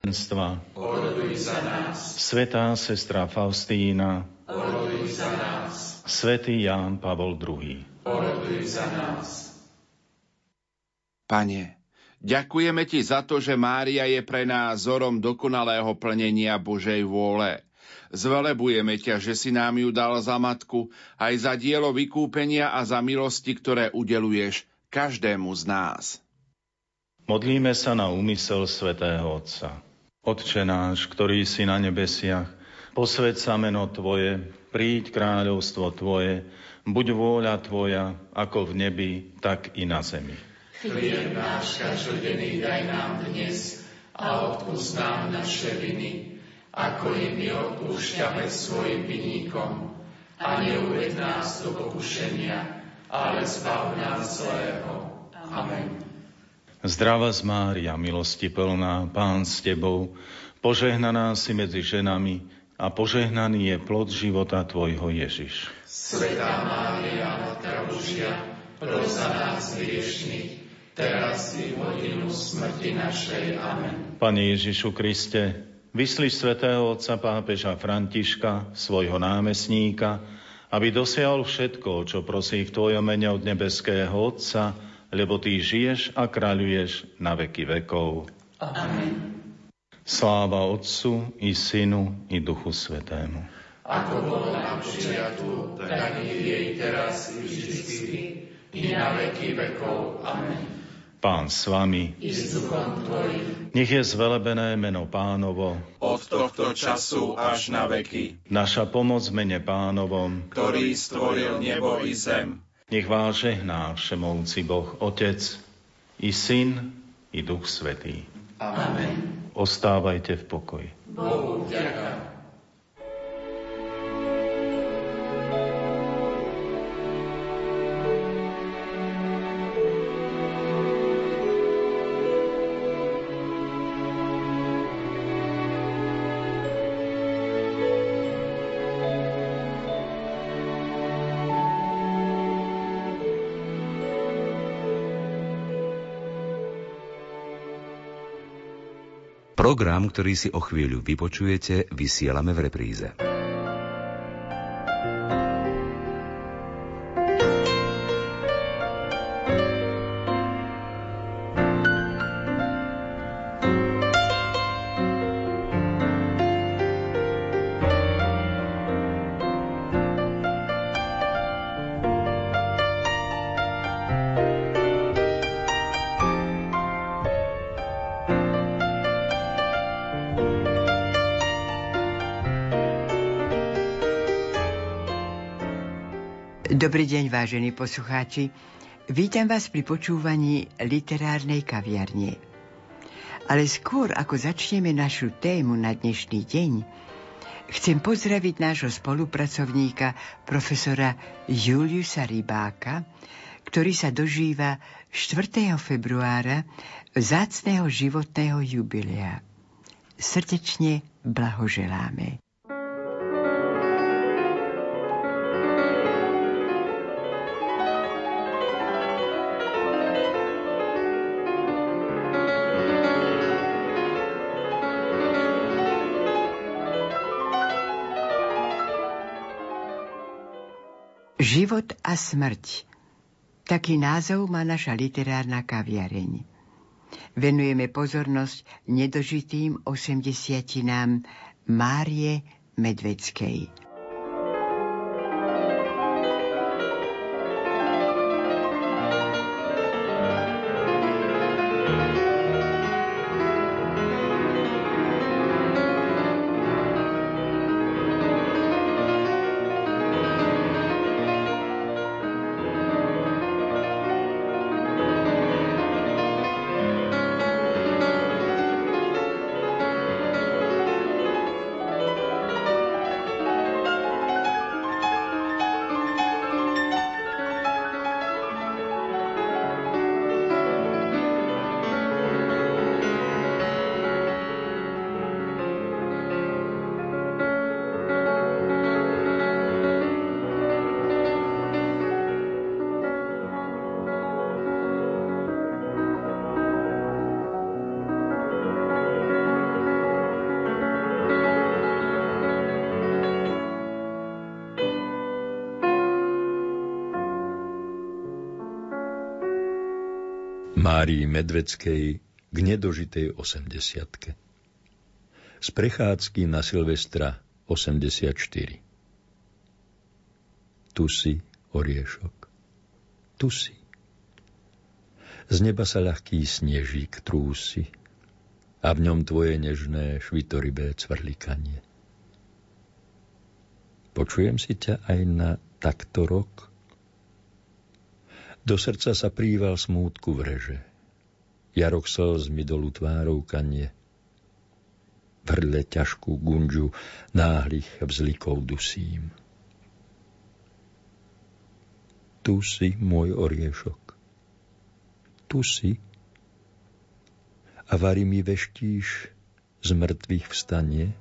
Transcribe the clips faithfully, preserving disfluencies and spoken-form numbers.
oroduj za nás. Svätá sestra Faustína, oroduj za nás. Svätý Ján Pavol druhý, oroduj za nás. Pane, ďakujeme Ti za to, že Mária je pre nás vzorom dokonalého plnenia Božej vôle. Zvelebujeme ťa, že si nám ju dal za matku, aj za dielo vykúpenia a za milosti, ktoré udeluješ každému z nás. Modlíme sa na úmysel svätého Otca. Otče náš, ktorý si na nebesiach, posväť sa meno Tvoje, príď kráľovstvo Tvoje, buď vôľa Tvoja, ako v nebi, tak i na zemi. Chlieb náš každodenný daj nám dnes a odpusť nám naše viny, ako i my odpúšťame svojim vinníkom. A neuved nás do pokušenia, ale zbav nás zlého. Amen. Zdravá Mária, milosti plná, Pán s Tebou, požehnaná si medzi ženami a požehnaný je plod života Tvojho Ježiš. Svätá Mária, Matka Božia, pros za nás hriešnych, teraz i v hodinu smrti našej. Amen. Pane Ježišu Kriste, vyslíš svätého otca pápeža Františka, svojho námestníka, aby dosiahol všetko, čo prosí v Tvojom mene od nebeského Otca, lebo Ty žiješ a kráľuješ na veky vekov. Amen. Sláva Otcu i Synu i Duchu Svätému. Ako bolo na počiatku, tak i jej teraz i vždycky, i na veky vekov. Amen. Pán s vami, I s duchom Tvojim. nech je zvelebené meno Pánovo, Od tohto času až na veky, naša pomoc v mene Pánovom, ktorý stvoril nebo i zem. nech vás žehná všemovúci Boh, Otec, i Syn, i Duch Svätý. Amen. Ostávajte v pokoji. Bohu vďaka. Program, ktorý si o chvíľu vypočujete, vysielame v repríze. Dobrý deň, vážení poslucháči. Vítam vás pri počúvaní literárnej kaviarne. Ale skôr, ako začneme našu tému na dnešný deň, chcem pozdraviť nášho spolupracovníka, profesora Juliusa Rybáka, ktorý sa dožíva štvrtého februára vzácneho životného jubilea. Srdečne blahoželáme. Život a smrť. Taký názov má naša literárna kaviareň. Venujeme pozornosť nedožitým osemdesiatinám Márie Medvedskej. Márii Medvedskej k nedožitej osemdesiatke. Z prechádzky na Silvestra osemdesiatštyri. Tu si, oriešok, tu si. Z neba sa ľahký snežík trúsi a v ňom tvoje nežné švitorybé cvrlikanie. Počujem si ťa aj na takto rok? Do srdca sa príval smútku vreže. Jarok slz mi dolu tvárou kanie. V hrdle ťažkú gunžu náhlych vzlikov dusím. Tu si, môj oriešok. Tu si. A vari mi veštíš z mŕtvych vstanie?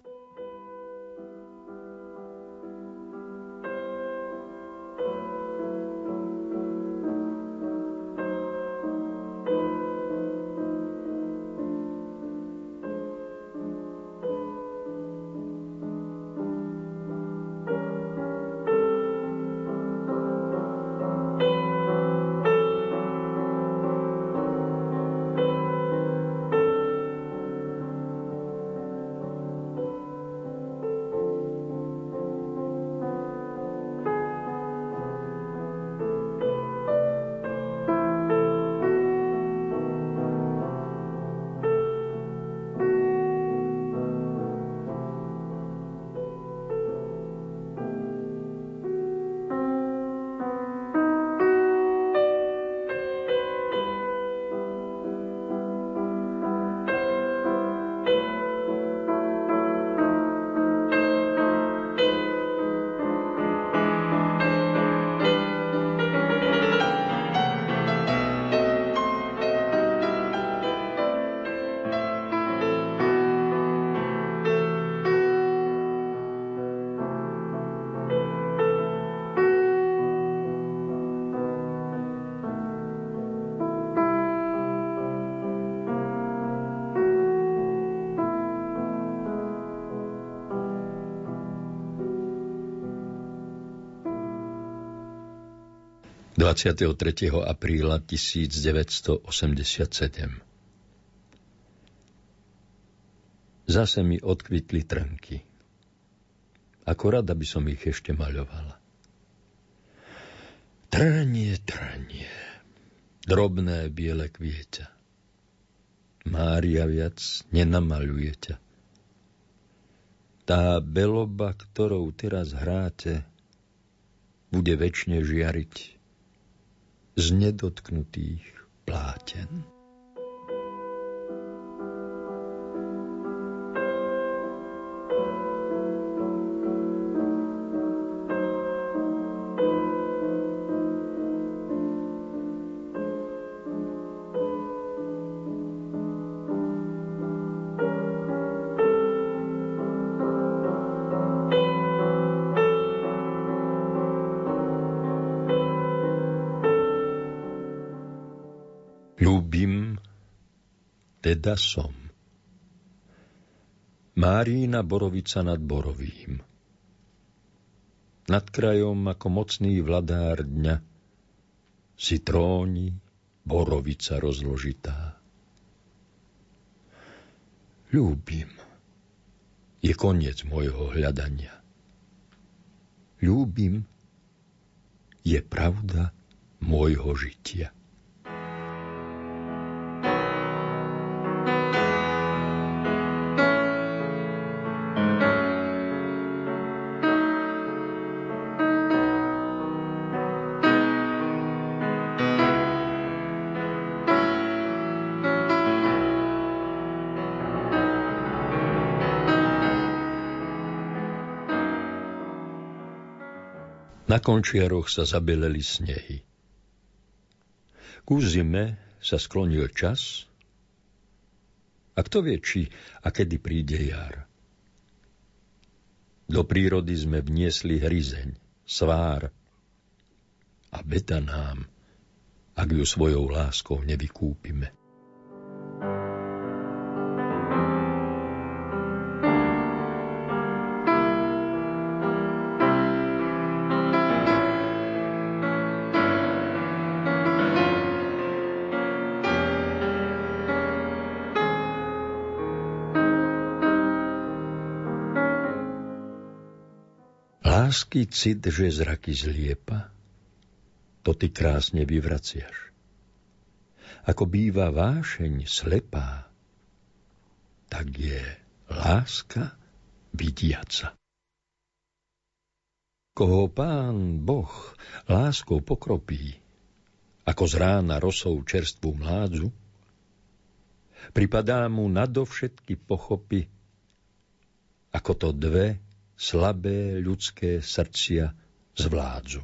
dvadsiateho tretieho apríla tisícdeväťstoosemdesiatsedem. Zase mi odkvitli trnky. Ako rada by som ich ešte maľovala. Trnie, trnie, drobné biele kvieťa. Mária viac nenamaľuje ťa. Tá beloba, ktorou teraz hráte, bude večne žiariť z nedotknutých pláten. Teda som. Márína borovica nad borovým. Nad krajom ako mocný vladár dňa si tróni borovica rozložitá. Ľúbim. Je koniec môjho hľadania. Ľúbim. Je pravda môjho žitia. Na končiaroch sa zabeleli snehy. Ku zime sa sklonil čas a kto vie, či a kedy príde jar. Do prírody sme vniesli hryzeň, svár a beda nám, ak ju svojou láskou nevykúpime. Lásky cit, že zraky zliepa, to ty krásne vyvraciaš. Ako býva vášeň slepá, tak je láska vidiaca. Koho Pán Boh láskou pokropí, ako z rána rosou čerstvú mládzu, pripadá mu nadovšetky pochopy, ako to dve slabé ľudské srdcia zvládzu.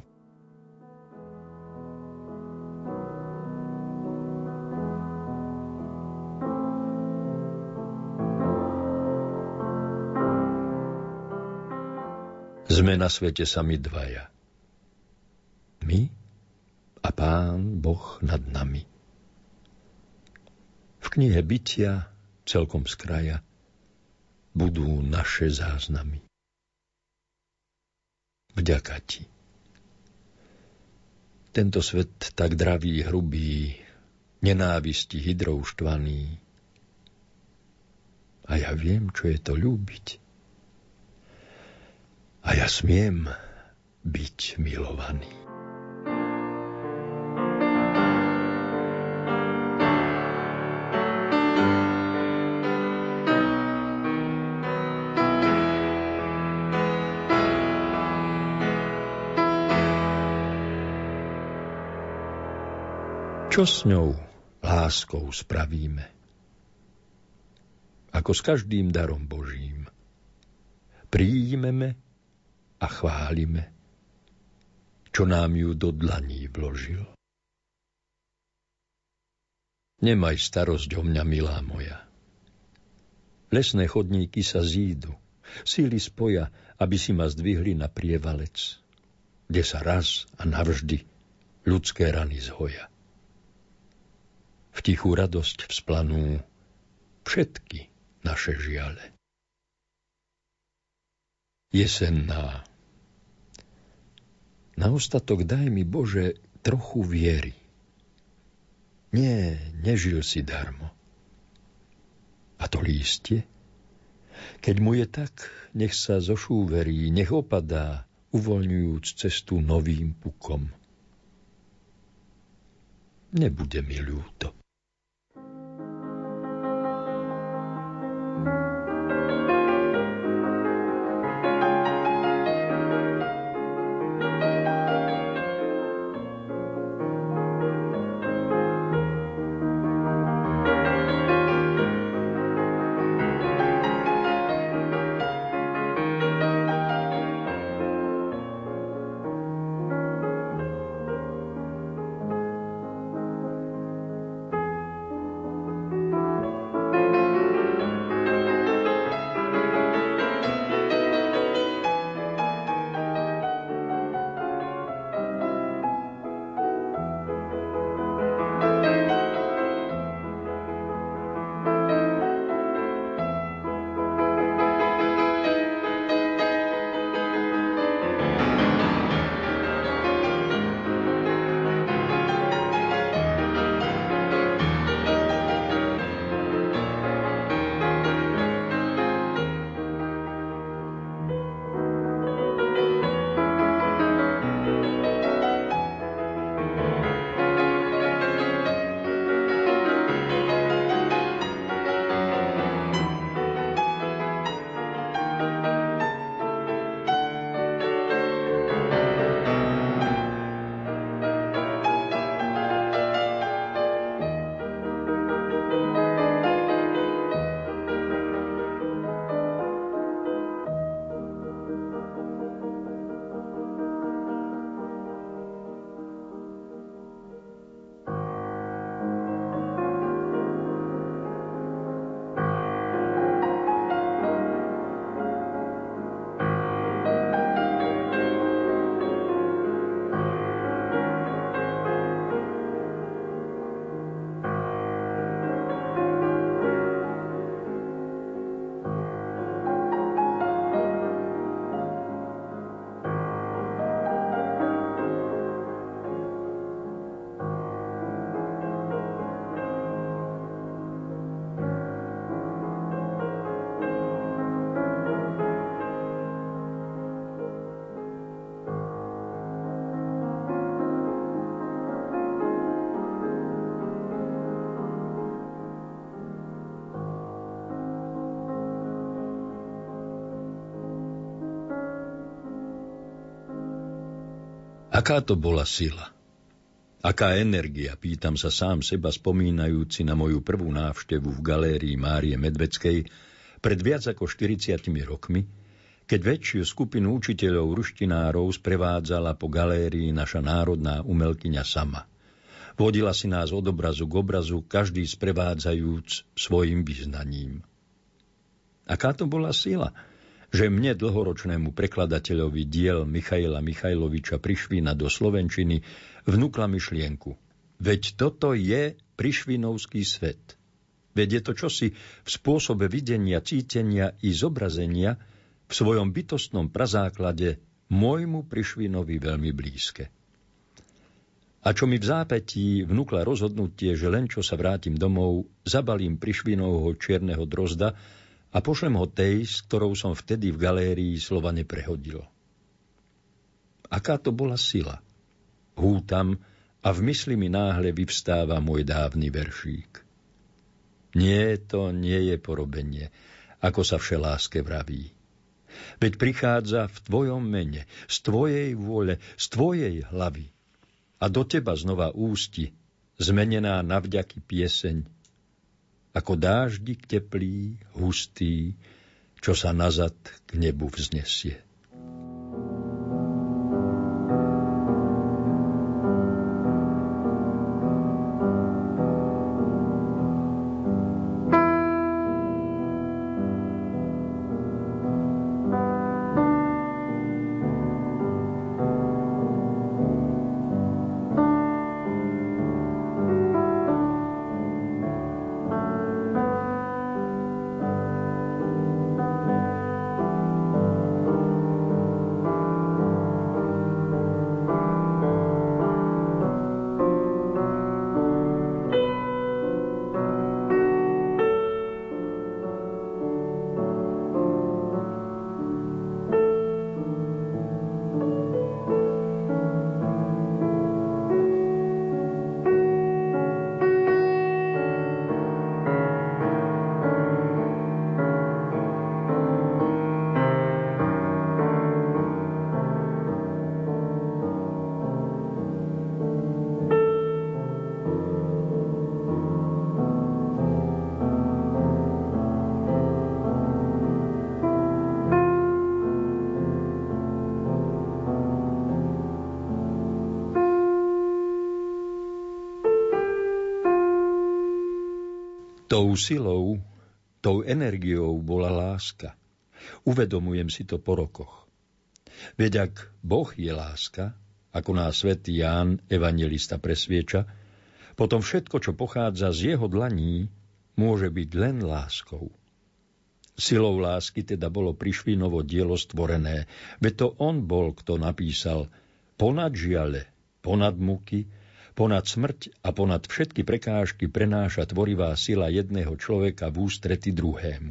Sme na svete sami dvaja. My a Pán Boh nad nami. V knihe bytia, celkom z kraja, budú naše záznamy. Vďaka ti. Tento svet tak dravý, hrubý, nenávisti hydrou štvaný. A ja viem, čo je to ľúbiť. A ja smiem byť milovaný. Čo s ňou, láskou, spravíme? Ako s každým darom Božím. Príjmeme a chválime, čo nám ju do dlaní vložil. Nemaj starosť o mňa, milá moja. Lesné chodníky sa zídu, síly spoja, aby si ma zdvihli na prievalec, kde sa raz a navždy ľudské rany zhoja. V tichú radosť vzplanú všetky naše žiale. Jesenná. Na ostatok daj mi, Bože, trochu viery. Nie, nežil si darmo. A to lístie? Keď mu je tak, nech sa zošúverí, nech opadá, uvoľňujúc cestu novým pukom. Nebude mi ľúto. Aká to bola sila? Aká energia, pýtam sa sám seba, spomínajúci na moju prvú návštevu v galérii Márie Medveckej pred viac ako štyridsiatimi rokmi, keď väčšiu skupinu učiteľov ruštinárov sprevádzala po galérii naša národná umelkyňa sama. Vodila si nás od obrazu k obrazu, každý sprevádzajúc svojim vyznaním. Aká to bola sila, že mne, dlhoročnému prekladateľovi diel Michaila Michajloviča Prišvina do slovenčiny, vnúkla myšlienku. Veď toto je prišvinovský svet. Veď je to čosi v spôsobe videnia, cítenia i zobrazenia v svojom bytostnom prazáklade môjmu Prišvinovi veľmi blízke. A čo mi v zápätí vnúkla rozhodnutie, že len čo sa vrátim domov, zabalím Prišvinovho čierneho drozda a pošlem ho tej, s ktorou som vtedy v galérii slova neprehodil. Aká to bola sila? Hútam a v mysli mi náhle vyvstáva môj dávny veršík. Nie, to nie je porobenie, ako sa všeláske vraví. Veď prichádza v tvojom mene, z tvojej vôle, z tvojej hlavy a do teba znova ústi, zmenená na vďaky pieseň, ako dáždik teplý, hustý, čo sa nazad k nebu vznesie. Tou silou, tou energiou bola láska. Uvedomujem si to po rokoch. Veď ak Boh je láska, ako nás svätý Ján, evanjelista, presvieča, potom všetko, čo pochádza z jeho dlaní, môže byť len láskou. Silou lásky teda bolo Prišvinovo dielo stvorené, veď to on bol, kto napísal ponad žiale, ponad muky, ponad smrť a ponad všetky prekážky prenáša tvorivá sila jedného človeka v ústrety druhému.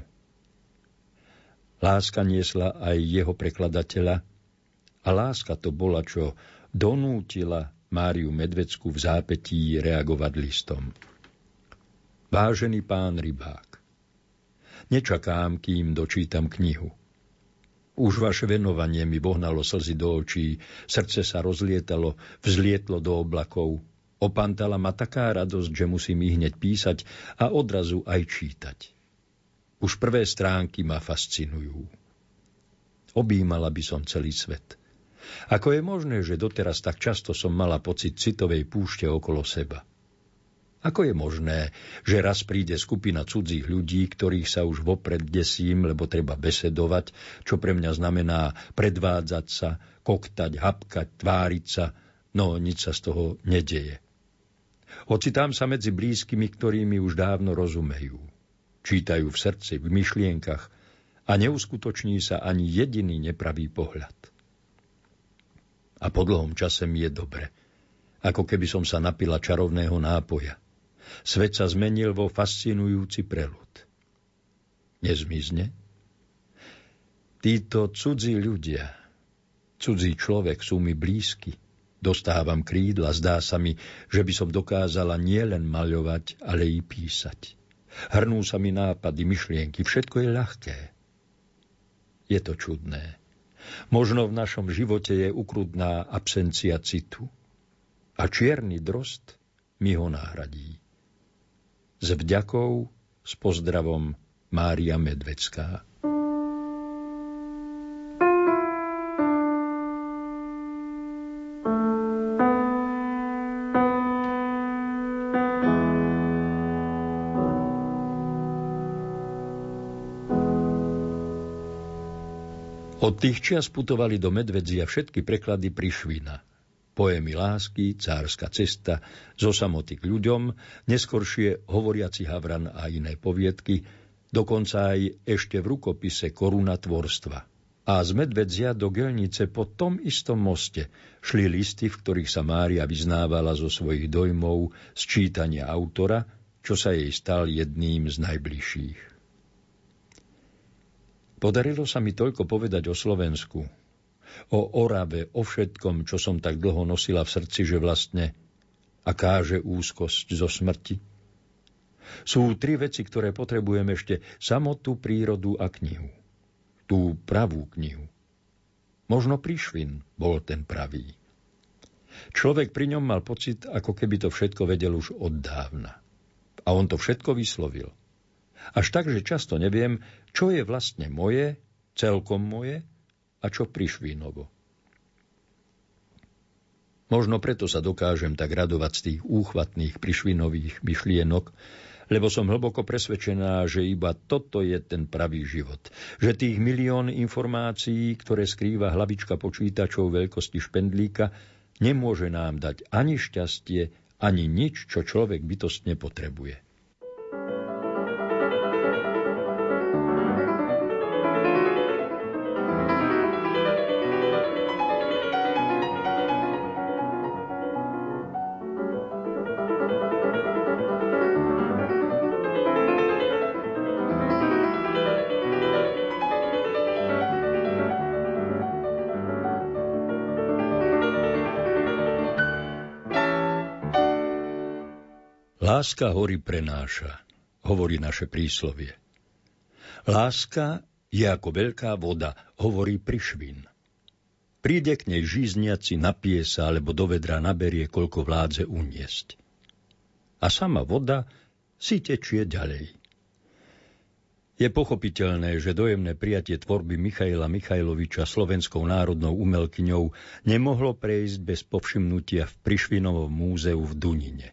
Láska niesla aj jeho prekladateľa a láska to bola, čo donútila Máriu Medveckú v zápätí reagovať listom. Vážený pán rybák, nečakám, kým dočítam knihu. Už vaše venovanie mi vohnalo slzy do očí, srdce sa rozlietalo, vzlietlo do oblakov. Opantala ma taká radosť, že musím ich hneď písať a odrazu aj čítať. Už prvé stránky ma fascinujú. Objímala by som celý svet. Ako je možné, že doteraz tak často som mala pocit citovej púšte okolo seba? Ako je možné, že raz príde skupina cudzích ľudí, ktorých sa už vopred desím, lebo treba besedovať, čo pre mňa znamená predvádzať sa, koktať, hapkať, tváriť sa, no nič sa z toho nedeje. Ocitám sa medzi blízkymi, ktorými už dávno rozumejú. Čítajú v srdci, v myšlienkach a neuskutoční sa ani jediný nepravý pohľad. A po dlhom čase mi je dobre, ako keby som sa napila čarovného nápoja. Svet sa zmenil vo fascinujúci preľud. Nezmizne? Títo cudzí ľudia, cudzí človek sú mi blízky. Dostávam krídla, zdá sa mi, že by som dokázala nielen maľovať, ale i písať. Hrnú sa mi nápady, myšlienky, všetko je ľahké. Je to čudné. Možno v našom živote je ukrutná absencia citu a čierny drost mi ho nahradí. S vďakou, s pozdravom, Mária Medvecká. Od tých čias putovali do Medvedzia všetky preklady Prišvina. Poémy lásky, Cárska cesta, Zo samoty k ľuďom, neskoršie Hovoriaci havran a iné poviedky, dokonca aj ešte v rukopise Koruna tvorstva. A z Medvedzia do Gelnice po tom istom moste šli listy, v ktorých sa Mária vyznávala zo svojich dojmov z čítania autora, čo sa jej stal jedným z najbližších. Podarilo sa mi toľko povedať o Slovensku, o Orave, o všetkom, čo som tak dlho nosila v srdci, že vlastne a káže úzkosť zo smrti. Sú tri veci, ktoré potrebujem ešte: samotu, prírodu a knihu. Tú pravú knihu. Možno Prišvin bol ten pravý. Človek pri ňom mal pocit, ako keby to všetko vedel už od dávna. A on to všetko vyslovil. Až tak, že často neviem, čo je vlastne moje, celkom moje, a čo Prišvinovo. Možno preto sa dokážem tak radovať z tých úchvatných Prišvinových myšlienok, lebo som hlboko presvedčená, že iba toto je ten pravý život. Že tých milión informácií, ktoré skrýva hlavička počítačov veľkosti špendlíka, nemôže nám dať ani šťastie, ani nič, čo človek bytostne potrebuje. Láska hory prenáša, hovorí naše príslovie. Láska je ako veľká voda, hovorí Prišvin. Príde k nej žízniaci, napije sa, alebo do vedra naberie, koľko vládze uniesť. A sama voda si tečie ďalej. Je pochopiteľné, že dojemné prijatie tvorby Michaila Michajloviča slovenskou národnou umelkyňou nemohlo prejsť bez povšimnutia v Prišvinovom múzeu v Dunine.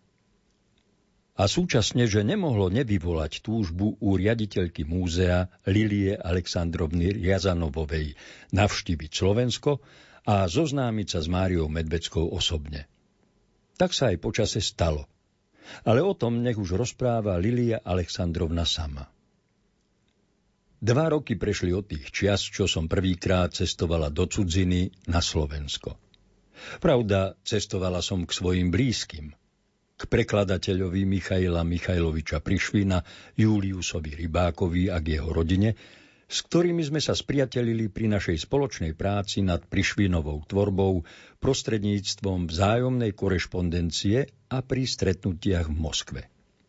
A súčasne, že nemohlo nevyvolať túžbu u riaditeľky múzea Lilie Alexandrovny Riazanovovej navštíviť Slovensko a zoznámiť sa s Máriou Medveckou osobne. Tak sa aj počase stalo. Ale o tom nech už rozpráva Lilia Alexandrovna sama. Dva roky prešli od tých čias, čo som prvýkrát cestovala do cudziny na Slovensko. Pravda, cestovala som k svojim blízkym, k prekladateľovi Michaila Michajloviča Prišvina, Juliusovi Rybákovi a k jeho rodine, s ktorými sme sa spriatelili pri našej spoločnej práci nad Prišvinovou tvorbou prostredníctvom vzájomnej korešpondencie a pri stretnutiach v Moskve.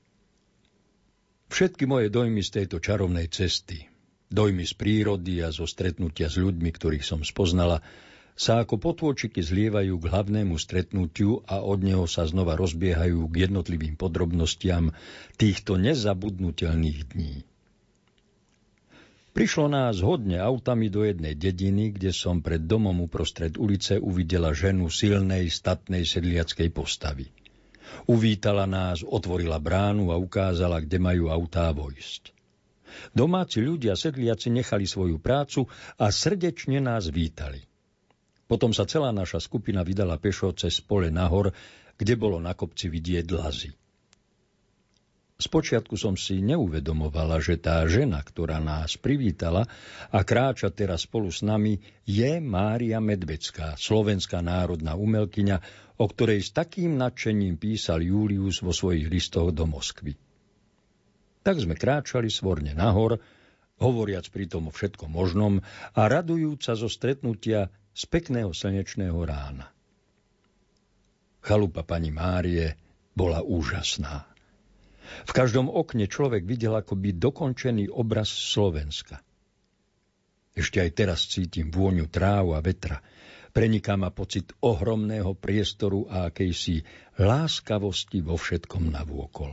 Všetky moje dojmy z tejto čarovnej cesty, dojmy z prírody a zo stretnutia s ľuďmi, ktorých som spoznala, sa ako potôčiky zlievajú k hlavnému stretnutiu a od neho sa znova rozbiehajú k jednotlivým podrobnostiam týchto nezabudnutelných dní. Prišlo nás hodne autami do jednej dediny, kde som pred domom uprostred ulice uvidela ženu silnej, statnej sedliackej postavy. Uvítala nás, otvorila bránu a ukázala, kde majú autá vojsť. Domáci ľudia sedliaci nechali svoju prácu a srdečne nás vítali. Potom sa celá naša skupina vydala pešo cez pole nahor, kde bolo na kopci vidieť lazy. Spočiatku som si neuvedomovala, že tá žena, ktorá nás privítala a kráča teraz spolu s nami, je Mária Medvecká, slovenská národná umelkyňa, o ktorej s takým nadšením písal Julius vo svojich listoch do Moskvy. Tak sme kráčali svorne nahor, hovoriac pritom o všetkom možnom a radujúca zo stretnutia z pekného slnečného rána. Chalupa pani Márie bola úžasná. V každom okne človek videl akoby dokončený obraz Slovenska. Ešte aj teraz cítim vôňu tráv a vetra. Preniká ma pocit ohromného priestoru a akejsi láskavosti vo všetkom navôkol.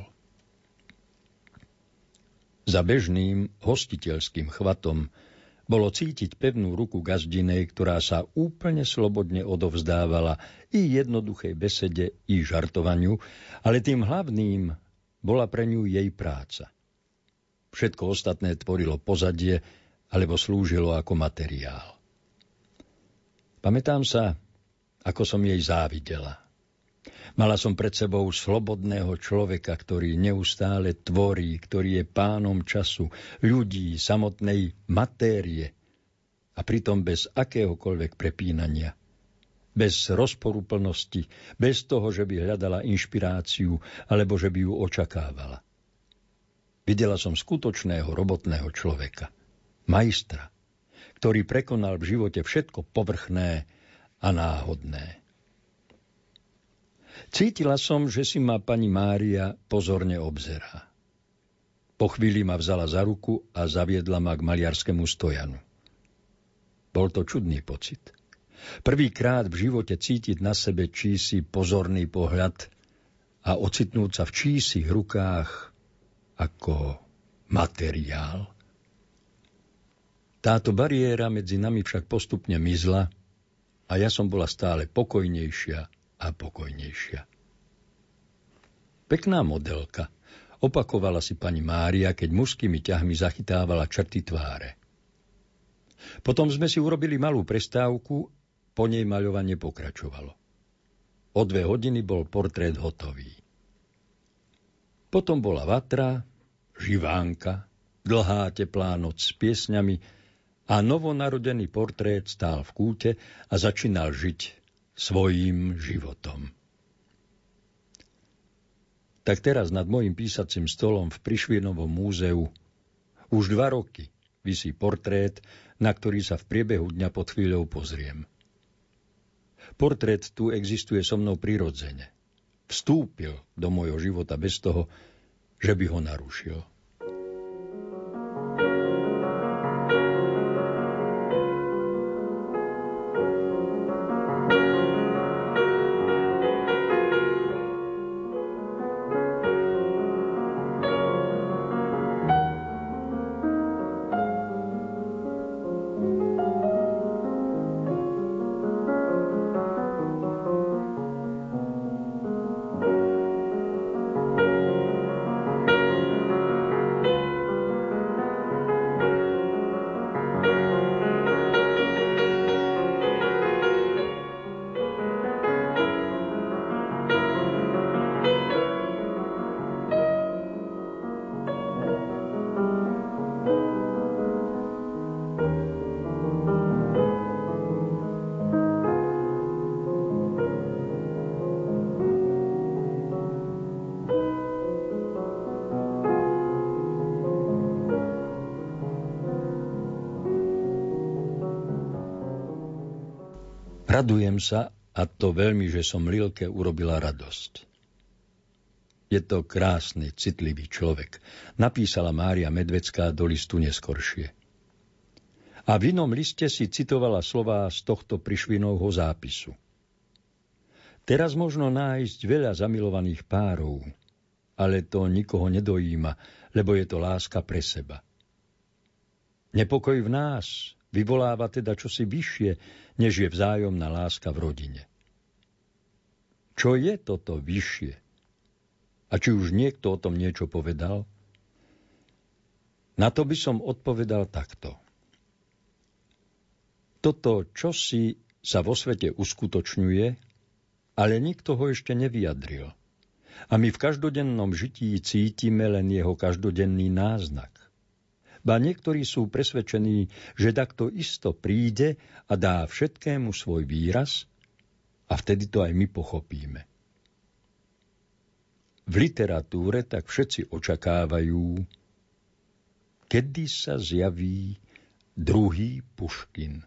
Za bežným hostiteľským chvatom bolo cítiť pevnú ruku gazdinej, ktorá sa úplne slobodne odovzdávala i jednoduchej besede, i žartovaniu, ale tým hlavným bola pre ňu jej práca. Všetko ostatné tvorilo pozadie alebo slúžilo ako materiál. Pamätám sa, ako som jej závidela. Mala som pred sebou slobodného človeka, ktorý neustále tvorí, ktorý je pánom času, ľudí, samotnej matérie a pritom bez akéhokoľvek prepínania. Bez rozporuplnosti, bez toho, že by hľadala inšpiráciu alebo že by ju očakávala. Videla som skutočného robotného človeka, majstra, ktorý prekonal v živote všetko povrchné a náhodné. Cítila som, že si ma pani Mária pozorne obzerá. Po chvíli ma vzala za ruku a zaviedla ma k maliarskému stojanu. Bol to čudný pocit. Prvýkrát v živote cítiť na sebe čísi pozorný pohľad a ocitnúť sa v čísich rukách ako materiál. Táto bariéra medzi nami však postupne mizla a ja som bola stále pokojnejšia a pokojnejšia. Pekná modelka, opakovala si pani Mária, keď mužskými ťahmi zachytávala črty tváre. Potom sme si urobili malú prestávku, po nej maľovanie pokračovalo. O dve hodiny bol portrét hotový. Potom bola vatra, živánka, dlhá teplá noc s piesňami a novonarodený portrét stál v kúte a začínal žiť svojím životom. Tak teraz nad mojím písacím stolom v Prišvinovom múzeu už dva roky visí portrét, na ktorý sa v priebehu dňa pod chvíľou pozriem. Portrét tu existuje so mnou prirodzene. Vstúpil do môjho života bez toho, že by ho narušil. Radujem sa, a to veľmi, že som Lilke urobila radosť. Je to krásny, citlivý človek, napísala Mária Medvecká do listu neskoršie. A v inom liste si citovala slová z tohto Prišvinovho zápisu. Teraz možno nájsť veľa zamilovaných párov, ale to nikoho nedojíma, lebo je to láska pre seba. Nepokoj v nás vyvoláva teda čosi vyššie, než je vzájomná láska v rodine. Čo je toto vyššie? A či už niekto o tom niečo povedal? Na to by som odpovedal takto. Toto čosi sa vo svete uskutočňuje, ale nikto ho ešte nevyjadril. A my v každodennom žití cítime len jeho každodenný náznak. Ba niektorí sú presvedčení, že takto isto príde a dá všetkému svoj výraz a vtedy to aj my pochopíme. V literatúre tak všetci očakávajú, kedy sa zjaví druhý Puškin.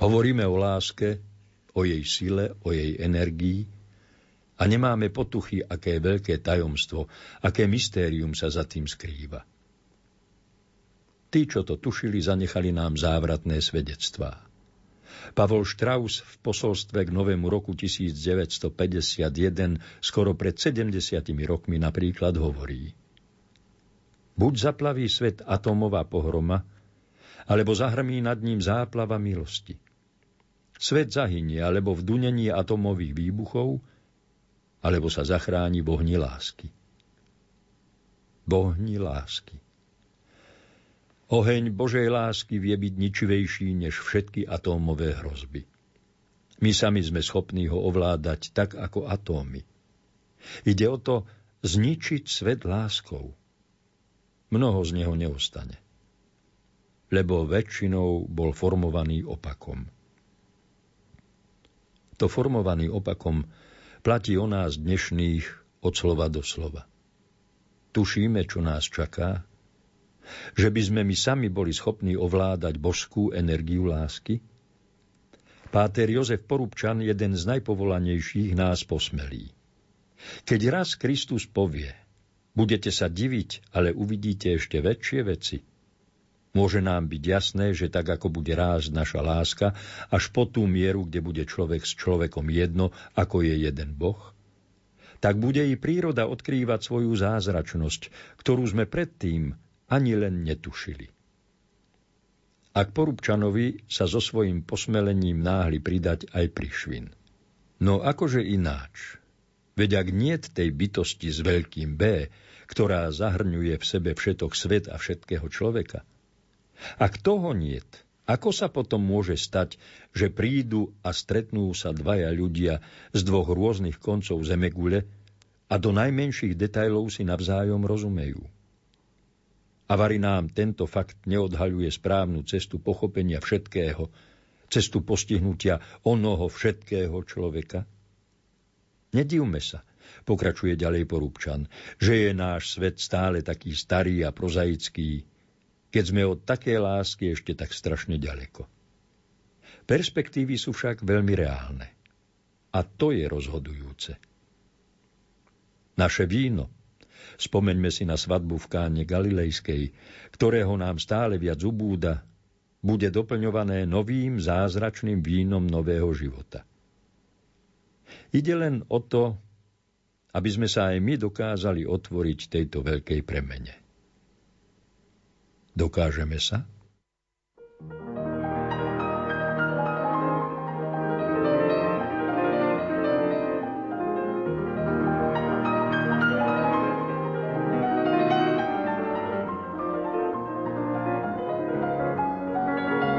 Hovoríme o láske, o jej sile, o jej energii a nemáme potuchy, aké veľké tajomstvo, aké mystérium sa za tým skrýva. Tí, čo to tušili, zanechali nám závratné svedectvá. Pavol Strauss v posolstve k novému roku devätnásťstopäťdesiatjeden skoro pred sedemdesiatimi rokmi napríklad hovorí: Buď zaplaví svet atómová pohroma, alebo zahrmí nad ním záplava milosti. Svet zahynie, alebo v dunení atómových výbuchov, alebo sa zachráni v ohni lásky. V ohni lásky. Oheň Božej lásky vie byť ničivejší než všetky atómové hrozby. My sami sme schopní ho ovládať tak ako atómy. Ide o to zničiť svet láskou. Mnoho z neho neostane, lebo väčšinou bol formovaný opakom. To formovaný opakom platí o nás dnešných od slova do slova. Tušíme, čo nás čaká, že by sme my sami boli schopní ovládať božskú energiu lásky? Páter Jozef Porúbčan, jeden z najpovolanejších, nás posmelí. Keď raz Kristus povie, budete sa diviť, ale uvidíte ešte väčšie veci, môže nám byť jasné, že tak ako bude rásť naša láska až po tú mieru, kde bude človek s človekom jedno, ako je jeden Boh, tak bude i príroda odkrývať svoju zázračnosť, ktorú sme predtým ani len netušili. A k Porúbčanovi sa so svojím posmelením náhli pridať aj Prišvin. No akože ináč? Veď ak niet tej bytosti s veľkým B, ktorá zahrňuje v sebe všetok svet a všetkého človeka, ak toho niet, ako sa potom môže stať, že prídu a stretnú sa dvaja ľudia z dvoch rôznych koncov zemegule a do najmenších detailov si navzájom rozumejú? A vari nám tento fakt neodhaľuje správnu cestu pochopenia všetkého, cestu postihnutia onoho všetkého človeka? Nedivme sa, pokračuje ďalej Porúbčan, že je náš svet stále taký starý a prozaický, keď sme od takej lásky ešte tak strašne ďaleko. Perspektívy sú však veľmi reálne. A to je rozhodujúce. Naše víno, spomeňme si na svadbu v Káne Galilejskej, ktorého nám stále viac ubúda, bude doplňované novým zázračným vínom nového života. Ide len o to, aby sme sa aj my dokázali otvoriť tejto veľkej premene. Dokážeme sa?